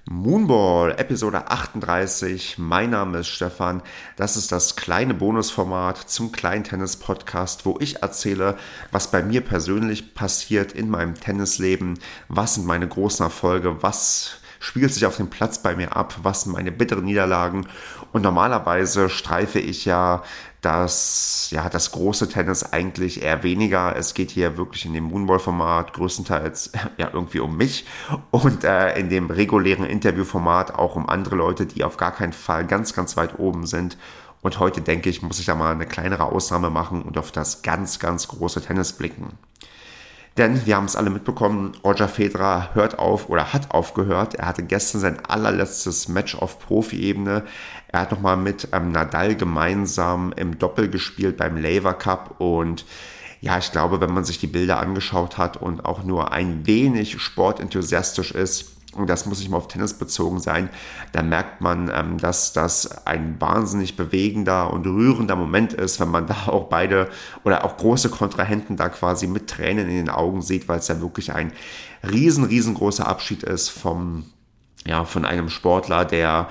Moonball, Episode 38. Mein Name ist Stefan. Das ist das kleine Bonusformat zum kleinen Tennis-Podcast, wo ich erzähle, was bei mir persönlich passiert in meinem Tennisleben, was sind meine großen Erfolge, was spielt sich auf dem Platz bei mir ab, was sind meine bitteren Niederlagen. Und normalerweise streife ich das große Tennis eigentlich eher weniger. Es geht hier wirklich in dem Moonball-Format größtenteils irgendwie um mich und in dem regulären Interviewformat auch um andere Leute, die auf gar keinen Fall ganz, ganz weit oben sind. Und heute denke ich, muss ich da mal eine kleinere Ausnahme machen und auf das ganz, ganz große Tennis blicken. Denn wir haben es alle mitbekommen, Roger Federer hört auf oder hat aufgehört. Er hatte gestern sein allerletztes Match auf Profi-Ebene. Er hat nochmal mit Nadal gemeinsam im Doppel gespielt beim Laver Cup. Und ja, ich glaube, wenn man sich die Bilder angeschaut hat und auch nur ein wenig sportenthusiastisch ist, und das muss nicht mal auf Tennis bezogen sein, da merkt man, dass das ein wahnsinnig bewegender und rührender Moment ist, wenn man da auch beide oder auch große Kontrahenten da quasi mit Tränen in den Augen sieht, weil es ja wirklich ein riesengroßer Abschied ist von einem Sportler, der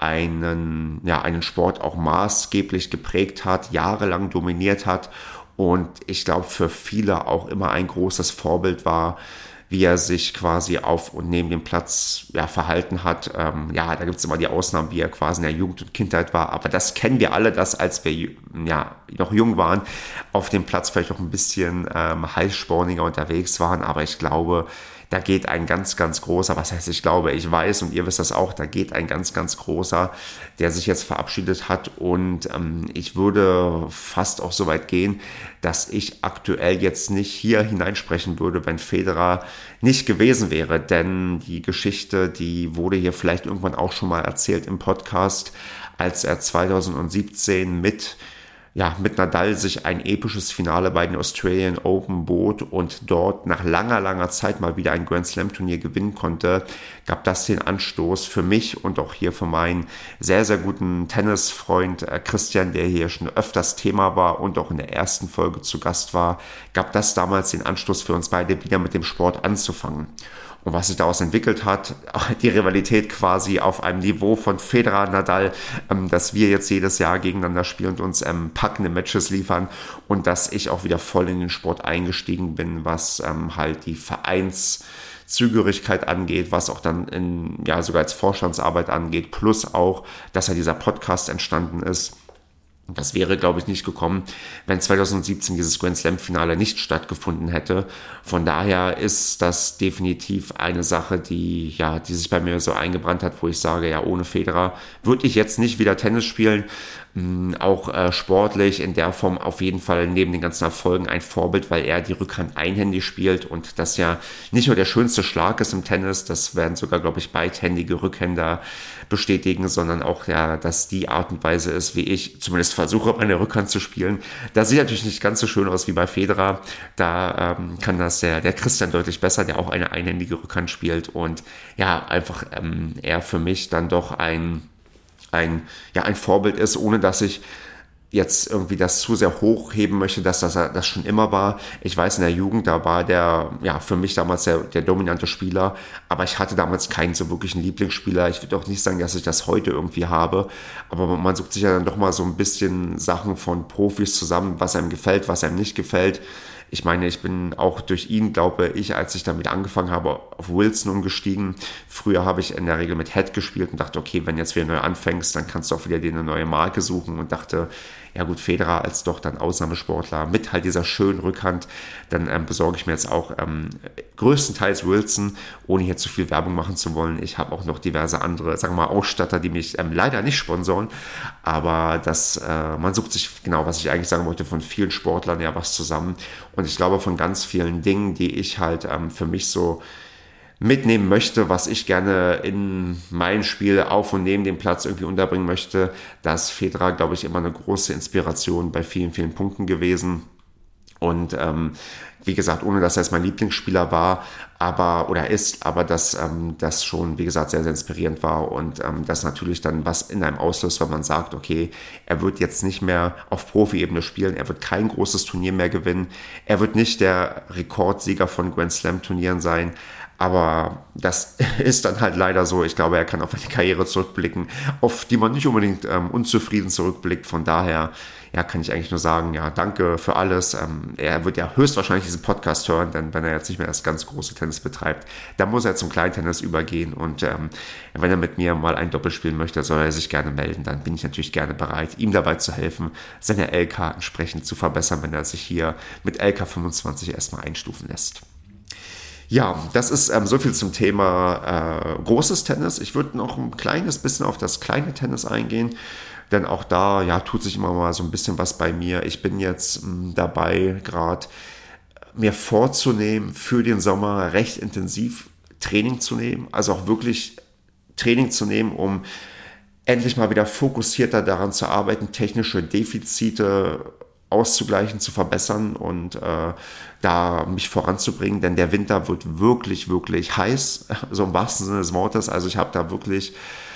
einen Sport auch maßgeblich geprägt hat, jahrelang dominiert hat und ich glaube für viele auch immer ein großes Vorbild war, wie er sich quasi auf und neben dem Platz verhalten hat. Da gibt es immer die Ausnahmen, wie er quasi in der Jugend und Kindheit war. Aber das kennen wir alle, dass als wir noch jung waren, auf dem Platz vielleicht auch ein bisschen heißsporniger unterwegs waren. Aber ich glaube, da geht ein ganz, ganz großer, was heißt ich glaube, ich weiß und ihr wisst das auch, da geht ein ganz, ganz großer, der sich jetzt verabschiedet hat und ich würde fast auch so weit gehen, dass ich aktuell jetzt nicht hier hineinsprechen würde, wenn Federer nicht gewesen wäre, denn die Geschichte, die wurde hier vielleicht irgendwann auch schon mal erzählt im Podcast, als er 2017 mit Nadal sich ein episches Finale bei den Australian Open bot und dort nach langer Zeit mal wieder ein Grand Slam Turnier gewinnen konnte, gab das den Anstoß für mich und auch hier für meinen sehr, sehr guten Tennisfreund Christian, der hier schon öfters Thema war und auch in der ersten Folge zu Gast war, gab das damals den Anstoß für uns beide wieder mit dem Sport anzufangen. Und was sich daraus entwickelt hat, die Rivalität quasi auf einem Niveau von Federer, Nadal, dass wir jetzt jedes Jahr gegeneinander spielen und uns packende Matches liefern und dass ich auch wieder voll in den Sport eingestiegen bin, was halt die Vereinszugehörigkeit angeht, was auch dann sogar als Vorstandsarbeit angeht, plus auch, dass ja dieser Podcast entstanden ist. Das wäre, glaube ich, nicht gekommen, wenn 2017 dieses Grand Slam-Finale nicht stattgefunden hätte. Von daher ist das definitiv eine Sache, die sich bei mir so eingebrannt hat, wo ich sage, ja, ohne Federer würde ich jetzt nicht wieder Tennis spielen. Auch sportlich in der Form auf jeden Fall neben den ganzen Erfolgen ein Vorbild, weil er die Rückhand einhändig spielt und das ja nicht nur der schönste Schlag ist im Tennis, das werden sogar, glaube ich, beidhändige Rückhänder bestätigen, sondern auch dass die Art und Weise ist, wie ich zumindest versuche, meine Rückhand zu spielen. Das sieht natürlich nicht ganz so schön aus wie bei Federer. Da kann das der Christian deutlich besser, der auch eine einhändige Rückhand spielt und er für mich dann doch ein Vorbild ist, ohne dass ich jetzt irgendwie das zu sehr hochheben möchte, dass das schon immer war. Ich weiß, in der Jugend, da war der für mich damals der dominante Spieler, aber ich hatte damals keinen so wirklichen Lieblingsspieler. Ich würde auch nicht sagen, dass ich das heute irgendwie habe, aber man sucht sich ja dann doch mal so ein bisschen Sachen von Profis zusammen, was einem gefällt, was einem nicht gefällt. Ich meine, ich bin auch durch ihn, glaube ich, als ich damit angefangen habe, auf Wilson umgestiegen. Früher habe ich in der Regel mit Head gespielt und dachte, okay, wenn jetzt wieder neu anfängst, dann kannst du auch wieder dir eine neue Marke suchen und dachte, ja gut, Federer als doch dann Ausnahmesportler mit halt dieser schönen Rückhand, dann besorge ich mir jetzt auch größtenteils Wilson, ohne hier zu viel Werbung machen zu wollen. Ich habe auch noch diverse andere, sagen wir mal, Ausstatter, die mich leider nicht sponsoren, aber man sucht sich, genau, was ich eigentlich sagen wollte, von vielen Sportlern was zusammen und ich glaube von ganz vielen Dingen, die ich halt für mich so mitnehmen möchte, was ich gerne in mein Spiel auf und neben dem Platz irgendwie unterbringen möchte, da ist Federer, glaube ich, immer eine große Inspiration bei vielen, vielen Punkten gewesen. Und wie gesagt, ohne dass er jetzt mein Lieblingsspieler war, aber das schon, wie gesagt, sehr, sehr inspirierend war und das natürlich dann was in einem auslöst, wenn man sagt, okay, er wird jetzt nicht mehr auf Profi-Ebene spielen, er wird kein großes Turnier mehr gewinnen, er wird nicht der Rekordsieger von Grand Slam Turnieren sein, Aber das ist dann halt leider so. Ich glaube, er kann auf eine Karriere zurückblicken, auf die man nicht unbedingt unzufrieden zurückblickt. Von daher, ja, kann ich eigentlich nur sagen, ja, danke für alles. Er wird ja höchstwahrscheinlich diesen Podcast hören, denn wenn er jetzt nicht mehr das ganz große Tennis betreibt, dann muss er zum Kleintennis übergehen. Und wenn er mit mir mal ein Doppel spielen möchte, soll er sich gerne melden. Dann bin ich natürlich gerne bereit, ihm dabei zu helfen, seine LK entsprechend zu verbessern, wenn er sich hier mit LK 25 erstmal einstufen lässt. Ja, das ist so viel zum Thema großes Tennis. Ich würde noch ein kleines bisschen auf das kleine Tennis eingehen, denn auch da ja, tut sich immer mal so ein bisschen was bei mir. Ich bin jetzt dabei, gerade mir vorzunehmen, für den Sommer recht intensiv Training zu nehmen, also auch wirklich Training zu nehmen, um endlich mal wieder fokussierter daran zu arbeiten, technische Defizite auszugleichen, zu verbessern und da mich voranzubringen, denn der Winter wird wirklich, wirklich heiß, so im wahrsten Sinne des Wortes. Also ich habe da wirklich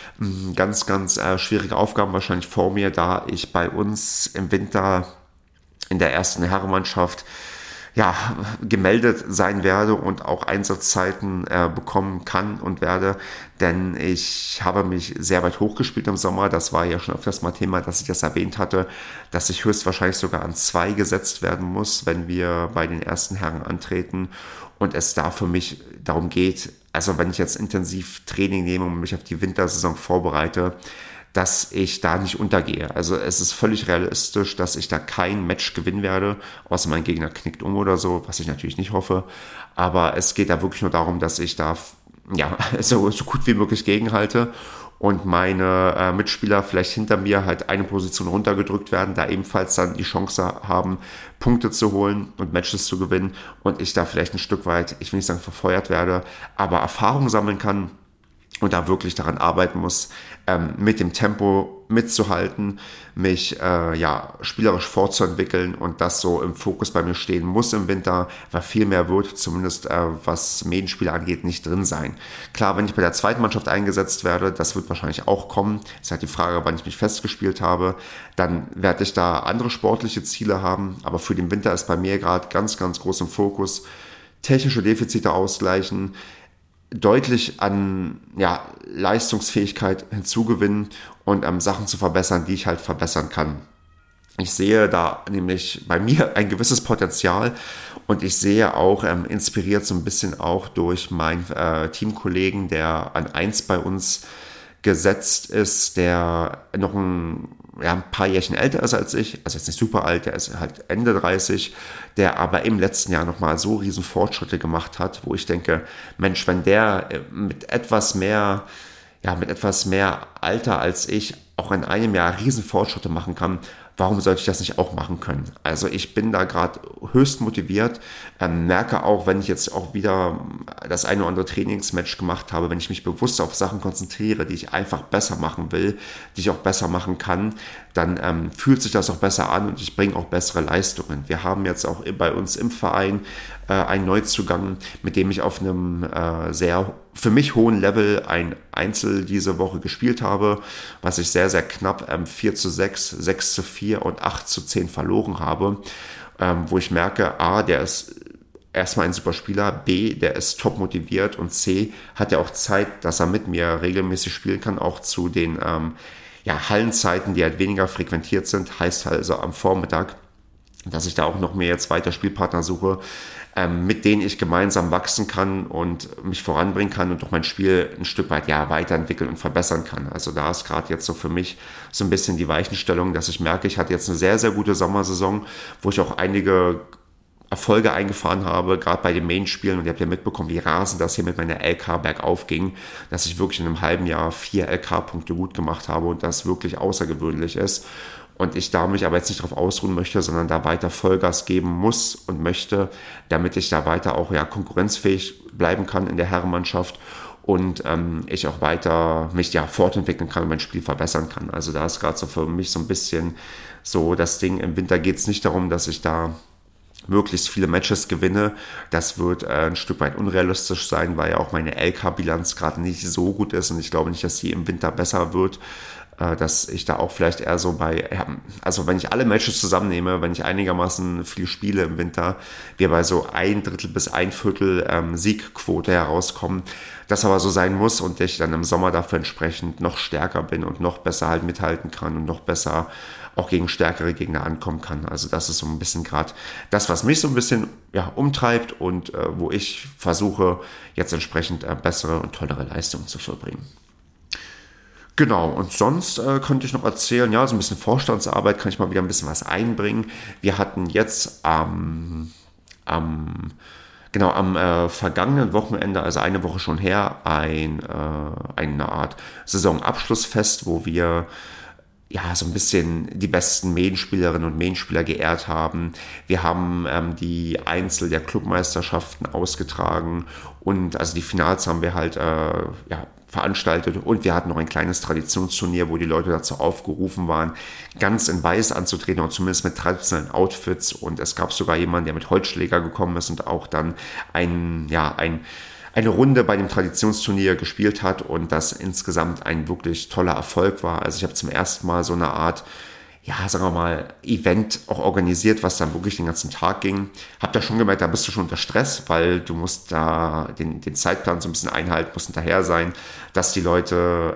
ganz, ganz schwierige Aufgaben wahrscheinlich vor mir, da ich bei uns im Winter in der ersten Herrenmannschaft ja, gemeldet sein werde und auch Einsatzzeiten bekommen kann und werde, denn ich habe mich sehr weit hochgespielt im Sommer. Das war ja schon öfters mal Thema, dass ich das erwähnt hatte, dass ich höchstwahrscheinlich sogar an 2 gesetzt werden muss, wenn wir bei den ersten Herren antreten und es da für mich darum geht, also wenn ich jetzt intensiv Training nehme und mich auf die Wintersaison vorbereite, dass ich da nicht untergehe. Also es ist völlig realistisch, dass ich da kein Match gewinnen werde, außer mein Gegner knickt um oder so, was ich natürlich nicht hoffe. Aber es geht da wirklich nur darum, dass ich da ja, so gut wie möglich gegenhalte und meine Mitspieler vielleicht hinter mir halt eine Position runtergedrückt werden, da ebenfalls dann die Chance haben, Punkte zu holen und Matches zu gewinnen und ich da vielleicht ein Stück weit, ich will nicht sagen verfeuert werde, aber Erfahrung sammeln kann und da wirklich daran arbeiten muss, mit dem Tempo mitzuhalten, mich ja, spielerisch fortzuentwickeln und das so im Fokus bei mir stehen muss im Winter, weil viel mehr wird, zumindest was Medenspiele angeht, nicht drin sein. Klar, wenn ich bei der zweiten Mannschaft eingesetzt werde, das wird wahrscheinlich auch kommen, ist halt die Frage, wann ich mich festgespielt habe, dann werde ich da andere sportliche Ziele haben, aber für den Winter ist bei mir gerade ganz, ganz groß im Fokus, technische Defizite ausgleichen, deutlich an ja, Leistungsfähigkeit hinzugewinnen und Sachen zu verbessern, die ich halt verbessern kann. Ich sehe da nämlich bei mir ein gewisses Potenzial und ich sehe auch, inspiriert so ein bisschen auch durch meinen Teamkollegen, der an 1 bei uns gesetzt ist, der noch ein paar Jährchen älter ist als ich, also jetzt nicht super alt, der ist halt Ende 30, der aber im letzten Jahr nochmal so riesen Fortschritte gemacht hat, wo ich denke, Mensch, wenn der mit etwas mehr Alter als ich auch in einem Jahr riesen Fortschritte machen kann, warum sollte ich das nicht auch machen können? Also ich bin da gerade höchst motiviert, merke auch, wenn ich jetzt auch wieder das eine oder andere Trainingsmatch gemacht habe, wenn ich mich bewusst auf Sachen konzentriere, die ich einfach besser machen will, die ich auch besser machen kann, dann fühlt sich das auch besser an und ich bringe auch bessere Leistungen. Wir haben jetzt auch bei uns im Verein einen Neuzugang, mit dem ich auf einem sehr für mich hohen Level ein Einzel diese Woche gespielt habe, was ich sehr, sehr knapp 4:6, 6:4 und 8:10 verloren habe, wo ich merke, A, der ist erstmal ein super Spieler, B, der ist top motiviert und C, hat er auch Zeit, dass er mit mir regelmäßig spielen kann, auch zu den Hallenzeiten, die halt weniger frequentiert sind, heißt also am Vormittag, dass ich da auch noch mehr jetzt weiter Spielpartner suche, mit denen ich gemeinsam wachsen kann und mich voranbringen kann und auch mein Spiel ein Stück weit weiterentwickeln und verbessern kann. Also da ist gerade jetzt so für mich so ein bisschen die Weichenstellung, dass ich merke, ich hatte jetzt eine sehr, sehr gute Sommersaison, wo ich auch einige Erfolge eingefahren habe, gerade bei den Main-Spielen, und ihr habt ja mitbekommen, wie rasend das hier mit meiner LK bergauf ging, dass ich wirklich in einem halben Jahr 4 LK-Punkte gut gemacht habe und das wirklich außergewöhnlich ist. Und ich da mich aber jetzt nicht darauf ausruhen möchte, sondern da weiter Vollgas geben muss und möchte, damit ich da weiter auch konkurrenzfähig bleiben kann in der Herrenmannschaft und ich auch weiter mich fortentwickeln kann und mein Spiel verbessern kann. Also da ist gerade so für mich so ein bisschen so das Ding, im Winter geht es nicht darum, dass ich da möglichst viele Matches gewinne. Das wird ein Stück weit unrealistisch sein, weil ja auch meine LK-Bilanz gerade nicht so gut ist und ich glaube nicht, dass sie im Winter besser wird. dass ich da auch vielleicht eher so also wenn ich alle Matches zusammennehme, wenn ich einigermaßen viel spiele im Winter, wir bei so 1/3 bis 1/4 Siegquote herauskommen, das aber so sein muss und ich dann im Sommer dafür entsprechend noch stärker bin und noch besser halt mithalten kann und noch besser auch gegen stärkere Gegner ankommen kann. Also das ist so ein bisschen gerade das, was mich so ein bisschen umtreibt und wo ich versuche, jetzt entsprechend bessere und tollere Leistungen zu vollbringen. Genau, und sonst könnte ich noch erzählen, ja, so ein bisschen Vorstandsarbeit kann ich mal wieder ein bisschen was einbringen. Wir hatten jetzt am vergangenen Wochenende, also eine Woche schon her, eine Art Saisonabschlussfest, wo wir so ein bisschen die besten Main-Spielerinnen und Main-Spieler geehrt haben. Wir haben die Einzel der Clubmeisterschaften ausgetragen und also die Finals haben wir halt veranstaltet und wir hatten noch ein kleines Traditionsturnier, wo die Leute dazu aufgerufen waren, ganz in Weiß anzutreten und zumindest mit traditionellen Outfits, und es gab sogar jemanden, der mit Holzschläger gekommen ist und auch dann eine Runde bei dem Traditionsturnier gespielt hat und das insgesamt ein wirklich toller Erfolg war. Also ich habe zum ersten Mal so eine Art, sagen wir mal, Event auch organisiert, was dann wirklich den ganzen Tag ging. Hab da schon gemerkt, da bist du schon unter Stress, weil du musst da den Zeitplan so ein bisschen einhalten, musst hinterher sein, dass die Leute,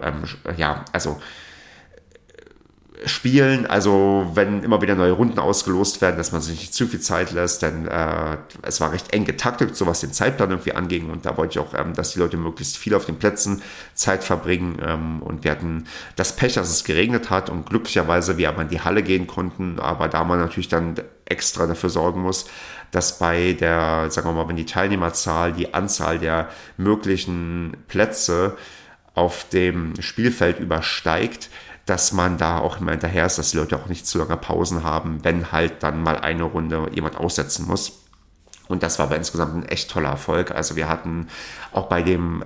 spielen, also wenn immer wieder neue Runden ausgelost werden, dass man sich nicht zu viel Zeit lässt, denn es war recht eng getaktet, so was den Zeitplan irgendwie anging, und da wollte ich auch, dass die Leute möglichst viel auf den Plätzen Zeit verbringen, und wir hatten das Pech, dass es geregnet hat und glücklicherweise wir aber in die Halle gehen konnten, aber da man natürlich dann extra dafür sorgen muss, dass bei der, sagen wir mal, wenn die Teilnehmerzahl die Anzahl der möglichen Plätze auf dem Spielfeld übersteigt, dass man da auch immer hinterher ist, dass die Leute auch nicht zu lange Pausen haben, wenn halt dann mal eine Runde jemand aussetzen muss. Und das war aber insgesamt ein echt toller Erfolg. Also wir hatten auch bei dem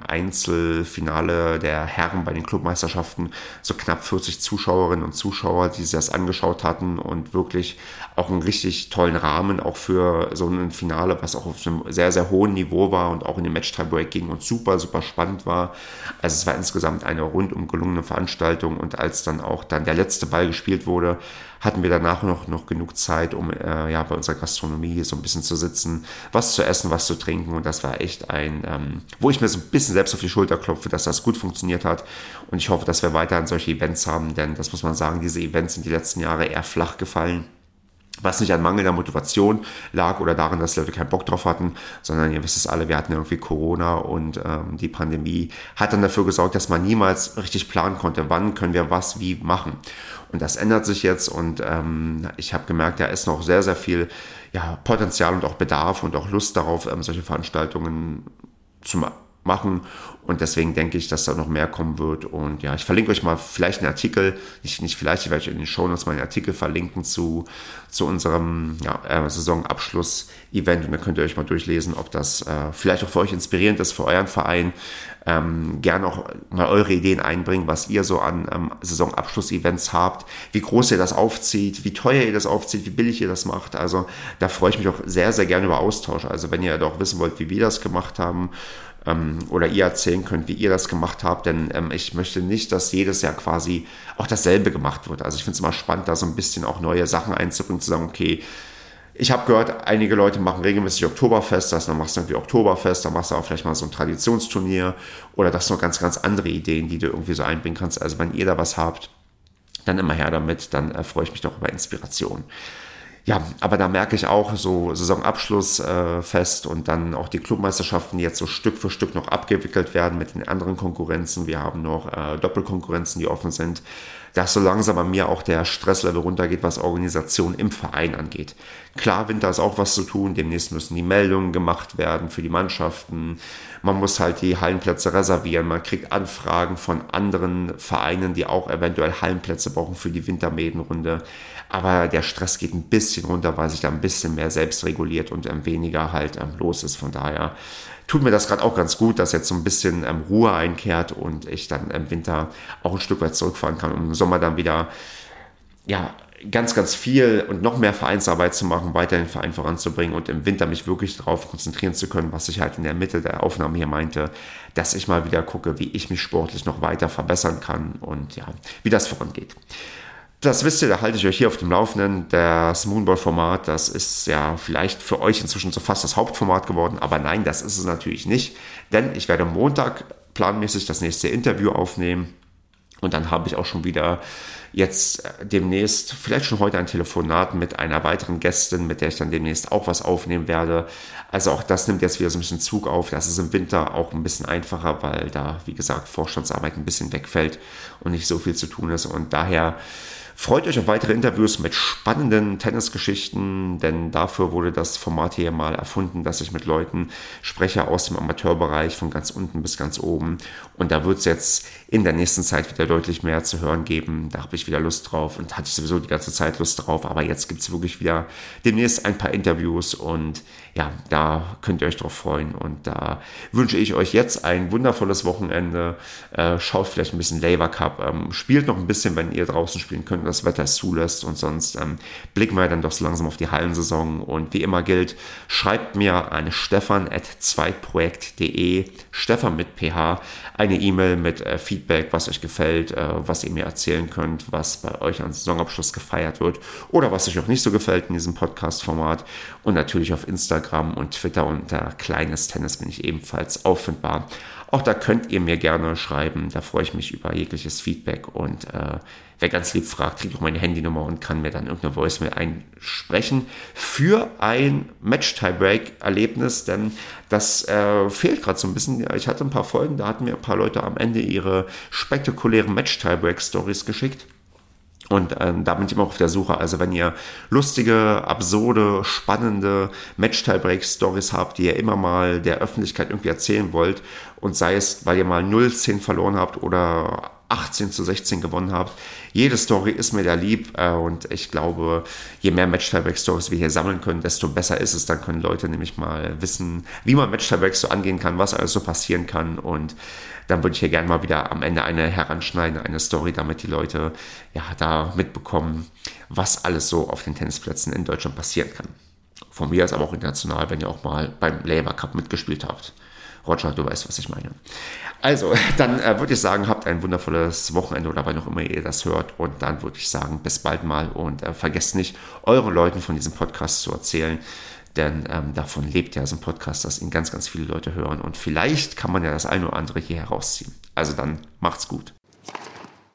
Einzelfinale der Herren bei den Clubmeisterschaften so knapp 40 Zuschauerinnen und Zuschauer, die sich das angeschaut hatten, und wirklich auch einen richtig tollen Rahmen auch für so ein Finale, was auch auf einem sehr, sehr hohen Niveau war und auch in den Match-Tiebreak ging und super, super spannend war. Also es war insgesamt eine rundum gelungene Veranstaltung, und als dann auch der letzte Ball gespielt wurde, hatten wir danach noch genug Zeit, um bei unserer Gastronomie so ein bisschen zu sitzen, was zu essen, was zu trinken, und das war echt wo ich mir so ein bisschen selbst auf die Schulter klopfe, dass das gut funktioniert hat, und ich hoffe, dass wir weiterhin solche Events haben, denn das muss man sagen, diese Events sind die letzten Jahre eher flach gefallen. Was nicht an mangelnder Motivation lag oder daran, dass die Leute keinen Bock drauf hatten, sondern ihr wisst es alle, wir hatten irgendwie Corona, und die Pandemie hat dann dafür gesorgt, dass man niemals richtig planen konnte, wann können wir was wie machen. Und das ändert sich jetzt, und ich habe gemerkt, da ist noch sehr, sehr viel Potenzial und auch Bedarf und auch Lust darauf, solche Veranstaltungen zu machen, und deswegen denke ich, dass da noch mehr kommen wird. Und ich verlinke euch mal vielleicht einen Artikel, nicht vielleicht, ich werde euch in den Shownotes mal einen Artikel verlinken zu unserem Saisonabschluss-Event, und dann könnt ihr euch mal durchlesen, ob das vielleicht auch für euch inspirierend ist, für euren Verein. Gerne auch mal eure Ideen einbringen, was ihr so an Saisonabschluss-Events habt, wie groß ihr das aufzieht, wie teuer ihr das aufzieht, wie billig ihr das macht. Also da freue ich mich auch sehr, sehr gerne über Austausch. Also wenn ihr doch wissen wollt, wie wir das gemacht haben, oder ihr erzählen könnt, wie ihr das gemacht habt, denn ich möchte nicht, dass jedes Jahr quasi auch dasselbe gemacht wird. Also ich finde es immer spannend, da so ein bisschen auch neue Sachen einzubringen, zu sagen, okay, ich habe gehört, einige Leute machen regelmäßig Oktoberfest, dann machst du irgendwie Oktoberfest, dann machst du auch vielleicht mal so ein Traditionsturnier, oder das sind noch ganz, ganz andere Ideen, die du irgendwie so einbringen kannst. Also wenn ihr da was habt, dann immer her damit, dann freue ich mich doch über Inspiration. Ja, aber da merke ich auch so Saisonabschlussfest und dann auch die Clubmeisterschaften, die jetzt so Stück für Stück noch abgewickelt werden mit den anderen Konkurrenzen. Wir haben noch Doppelkonkurrenzen, die offen sind, dass so langsam bei mir auch der Stresslevel runtergeht, was Organisation im Verein angeht. Klar, Winter ist auch was zu tun. Demnächst müssen die Meldungen gemacht werden für die Mannschaften. Man muss halt die Hallenplätze reservieren. Man kriegt Anfragen von anderen Vereinen, die auch eventuell Hallenplätze brauchen für die Wintermädenrunde. Aber der Stress geht ein bisschen runter, weil sich da ein bisschen mehr selbst reguliert und weniger halt los ist. Von daher tut mir das gerade auch ganz gut, dass jetzt so ein bisschen Ruhe einkehrt und ich dann im Winter auch ein Stück weit zurückfahren kann, um im Sommer dann wieder ganz, ganz viel und noch mehr Vereinsarbeit zu machen, weiter den Verein voranzubringen und im Winter mich wirklich darauf konzentrieren zu können, was ich halt in der Mitte der Aufnahme hier meinte, dass ich mal wieder gucke, wie ich mich sportlich noch weiter verbessern kann und ja, wie das vorangeht. Das wisst ihr, da halte ich euch hier auf dem Laufenden. Das Moonball-Format, das ist ja vielleicht für euch inzwischen so fast das Hauptformat geworden, aber nein, das ist es natürlich nicht, denn ich werde Montag planmäßig das nächste Interview aufnehmen und dann habe ich auch schon wieder jetzt demnächst, vielleicht schon heute ein Telefonat mit einer weiteren Gästin, mit der ich dann demnächst auch was aufnehmen werde. Also auch das nimmt jetzt wieder so ein bisschen Zug auf. Das ist im Winter auch ein bisschen einfacher, weil da, wie gesagt, Vorstandsarbeit ein bisschen wegfällt und nicht so viel zu tun ist. Und daher freut euch auf weitere Interviews mit spannenden Tennisgeschichten, denn dafür wurde das Format hier mal erfunden, dass ich mit Leuten spreche aus dem Amateurbereich von ganz unten bis ganz oben. Und da wird es jetzt in der nächsten Zeit wieder deutlich mehr zu hören geben. Da habe ich wieder Lust drauf und hatte ich sowieso die ganze Zeit Lust drauf. Aber jetzt gibt es wirklich wieder demnächst ein paar Interviews und ja, da könnt ihr euch drauf freuen. Und da wünsche ich euch jetzt ein wundervolles Wochenende. Schaut vielleicht ein bisschen Laver Cup, spielt noch ein bisschen, wenn ihr draußen spielen könnt und das Wetter es zulässt. Und sonst blicken wir dann doch so langsam auf die Hallensaison. Und wie immer gilt, schreibt mir an stefan@zweitprojekt.de, Stefan mit PH, eine E-Mail mit Feedback, was euch gefällt, was ihr mir erzählen könnt, was bei euch am Saisonabschluss gefeiert wird oder was euch auch nicht so gefällt in diesem Podcast-Format. Und natürlich auf Instagram und Twitter unter Kleines Tennis bin ich ebenfalls auffindbar. Auch da könnt ihr mir gerne schreiben, da freue ich mich über jegliches Feedback und wer ganz lieb fragt, kriegt auch meine Handynummer und kann mir dann irgendeine Voicemail einsprechen für ein Match-Tiebreak-Erlebnis, denn das fehlt gerade so ein bisschen. Ich hatte ein paar Folgen, da hatten mir ein paar Leute am Ende ihre spektakulären Match-Tiebreak-Stories geschickt. Und da bin ich immer auf der Suche. Also wenn ihr lustige, absurde, spannende Match-Tiebreak-Stories habt, die ihr immer mal der Öffentlichkeit irgendwie erzählen wollt und sei es, weil ihr mal 0-10 verloren habt oder 18-16 gewonnen habt. Jede Story ist mir da lieb und ich glaube, je mehr Match-Tiebreak-Stories wir hier sammeln können, desto besser ist es. Dann können Leute nämlich mal wissen, wie man Match-Tiebreaks so angehen kann, was alles so passieren kann und dann würde ich hier gerne mal wieder am Ende eine heranschneiden, eine Story, damit die Leute ja da mitbekommen, was alles so auf den Tennisplätzen in Deutschland passieren kann. Von mir aus aber auch international, wenn ihr auch mal beim Laver Cup mitgespielt habt. Roger, du weißt, was ich meine. Also, dann würde ich sagen, habt ein wundervolles Wochenende oder wann auch immer ihr das hört. Und dann würde ich sagen, bis bald mal und vergesst nicht, euren Leuten von diesem Podcast zu erzählen. Denn davon lebt ja so ein Podcast, dass ihn ganz, ganz viele Leute hören. Und vielleicht kann man ja das eine oder andere hier herausziehen. Also dann macht's gut.